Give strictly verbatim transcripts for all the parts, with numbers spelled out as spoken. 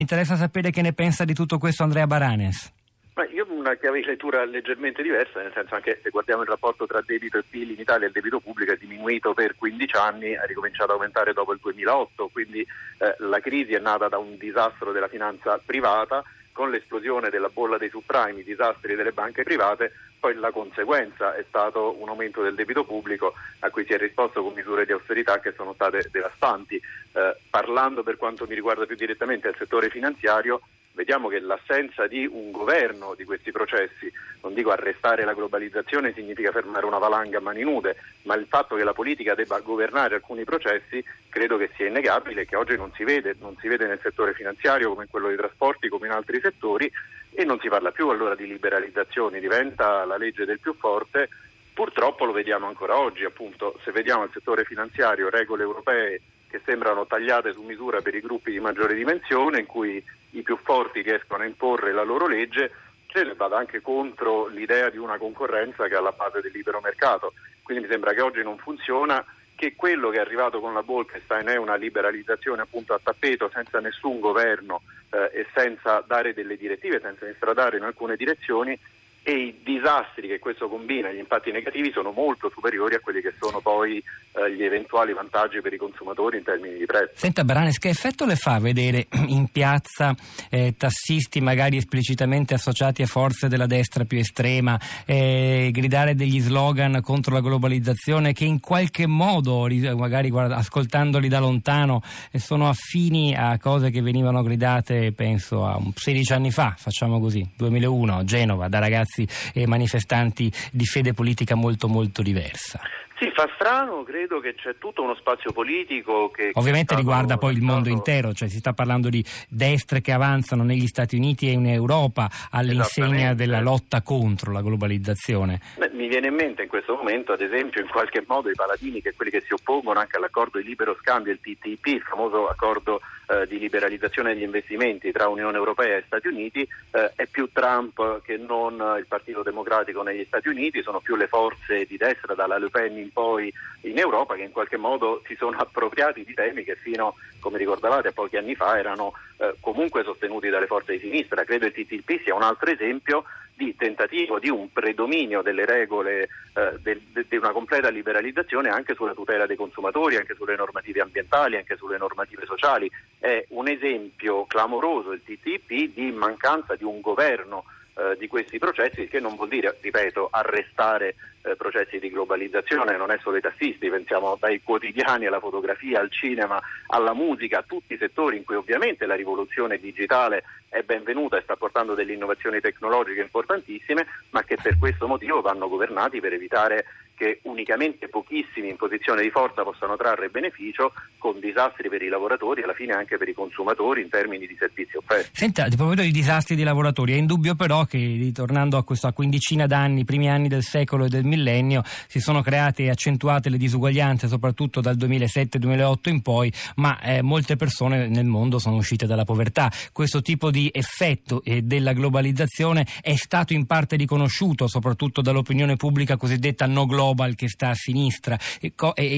Interessa sapere che ne pensa di tutto questo Andrea Baranes. Ma io ho una chiave di lettura leggermente diversa, nel senso anche se guardiamo il rapporto tra debito e P I L in Italia, il debito pubblico è diminuito per quindici anni, ha ricominciato ad aumentare dopo il duemilaotto, quindi eh, la crisi è nata da un disastro della finanza privata, con l'esplosione della bolla dei subprime, i disastri delle banche private, poi la conseguenza è stato un aumento del debito pubblico a cui si è risposto con misure di austerità che sono state devastanti. Eh, parlando per quanto mi riguarda più direttamente del settore finanziario, vediamo che l'assenza di un governo di questi processi, non dico arrestare la globalizzazione significa fermare una valanga a mani nude, ma il fatto che la politica debba governare alcuni processi credo che sia innegabile, che oggi non si vede, non si vede nel settore finanziario come in quello dei trasporti, come in altri settori, e non si parla più allora di liberalizzazioni, diventa la legge del più forte. Purtroppo lo vediamo ancora oggi, appunto, se vediamo il settore finanziario, regole europee che sembrano tagliate su misura per i gruppi di maggiore dimensione, in cui i più forti riescono a imporre la loro legge, ce ne vada anche contro l'idea di una concorrenza che è alla base del libero mercato. Quindi mi sembra che oggi non funziona, che quello che è arrivato con la Bolkestein è una liberalizzazione appunto a tappeto, senza nessun governo eh, e senza dare delle direttive, senza instradare in alcune direzioni, e i disastri che questo combina, gli impatti negativi, sono molto superiori a quelli che sono poi eh, gli eventuali vantaggi per i consumatori in termini di prezzo. Senta Baranes, che effetto le fa vedere in piazza eh, tassisti magari esplicitamente associati a forze della destra più estrema eh, gridare degli slogan contro la globalizzazione che in qualche modo, magari guarda, ascoltandoli da lontano, eh, sono affini a cose che venivano gridate penso a sedici anni fa, facciamo così, duemilauno a Genova, da ragazzi e manifestanti di fede politica molto molto diversa? Sì, fa strano, credo che c'è tutto uno spazio politico che... Ovviamente che riguarda poi il mondo intero, cioè si sta parlando di destre che avanzano negli Stati Uniti e in Europa all'insegna della lotta contro la globalizzazione. Beh, mi viene in mente in questo momento, ad esempio, in qualche modo i paladini, che quelli che si oppongono anche all'accordo di libero scambio, il T T P, il famoso accordo eh, di liberalizzazione degli investimenti tra Unione Europea e Stati Uniti, eh, è più Trump che non il Partito Democratico negli Stati Uniti, sono più le forze di destra, dalla Le Pen in poi in Europa, che in qualche modo si sono appropriati di temi che fino, come ricordavate, a pochi anni fa erano eh, comunque sostenuti dalle forze di sinistra. Credo il T T P sia un altro esempio di tentativo di un predominio delle regole, eh, del, de, di una completa liberalizzazione anche sulla tutela dei consumatori, anche sulle normative ambientali, anche sulle normative sociali. È un esempio clamoroso il T T P di mancanza di un governo eh, di questi processi, che non vuol dire, ripeto, arrestare eh, processi di globalizzazione. Non è solo i tassisti, pensiamo dai quotidiani alla fotografia, al cinema, alla musica, a tutti i settori in cui ovviamente la rivoluzione digitale è benvenuta e sta portando delle innovazioni tecnologiche importantissime, ma che per questo motivo vanno governati per evitare che unicamente pochissimi in posizione di forza possano trarre beneficio, con disastri per i lavoratori e alla fine anche per i consumatori in termini di servizi offerti. Senta, a proposito di disastri dei lavoratori, è indubbio però che, ritornando a questa quindicina d'anni, primi anni del secolo e del millennio, si sono create e accentuate le disuguaglianze, soprattutto dal duemilasette duemilaotto in poi, ma eh, molte persone nel mondo sono uscite dalla povertà. Questo tipo di effetto eh, della globalizzazione è stato in parte riconosciuto, soprattutto dall'opinione pubblica cosiddetta no global, che sta a sinistra, e,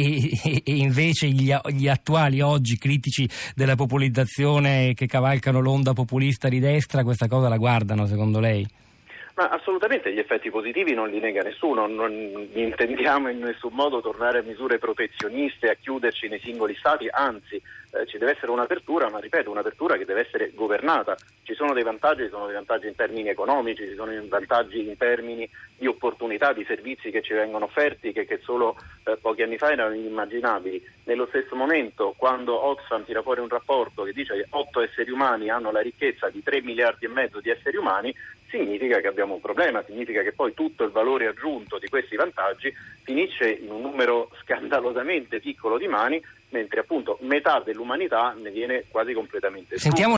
e, e invece gli, gli attuali oggi critici della popolarizzazione che cavalcano l'onda populista di destra questa cosa la guardano, secondo lei? Ma assolutamente gli effetti positivi non li nega nessuno, non intendiamo in nessun modo tornare a misure protezioniste, a chiuderci nei singoli stati, anzi eh, ci deve essere un'apertura, ma ripeto, un'apertura che deve essere governata. Ci sono dei vantaggi, ci sono dei vantaggi in termini economici, ci sono dei vantaggi in termini di opportunità, di servizi che ci vengono offerti che, che solo eh, pochi anni fa erano inimmaginabili. Nello stesso momento, quando Oxfam tira fuori un rapporto che dice che otto esseri umani hanno la ricchezza di tre miliardi e mezzo di esseri umani, significa che abbiamo un problema, significa che poi tutto il valore aggiunto di questi vantaggi finisce in un numero scandalosamente piccolo di mani, mentre appunto metà dell'umanità ne viene quasi completamente esclusa.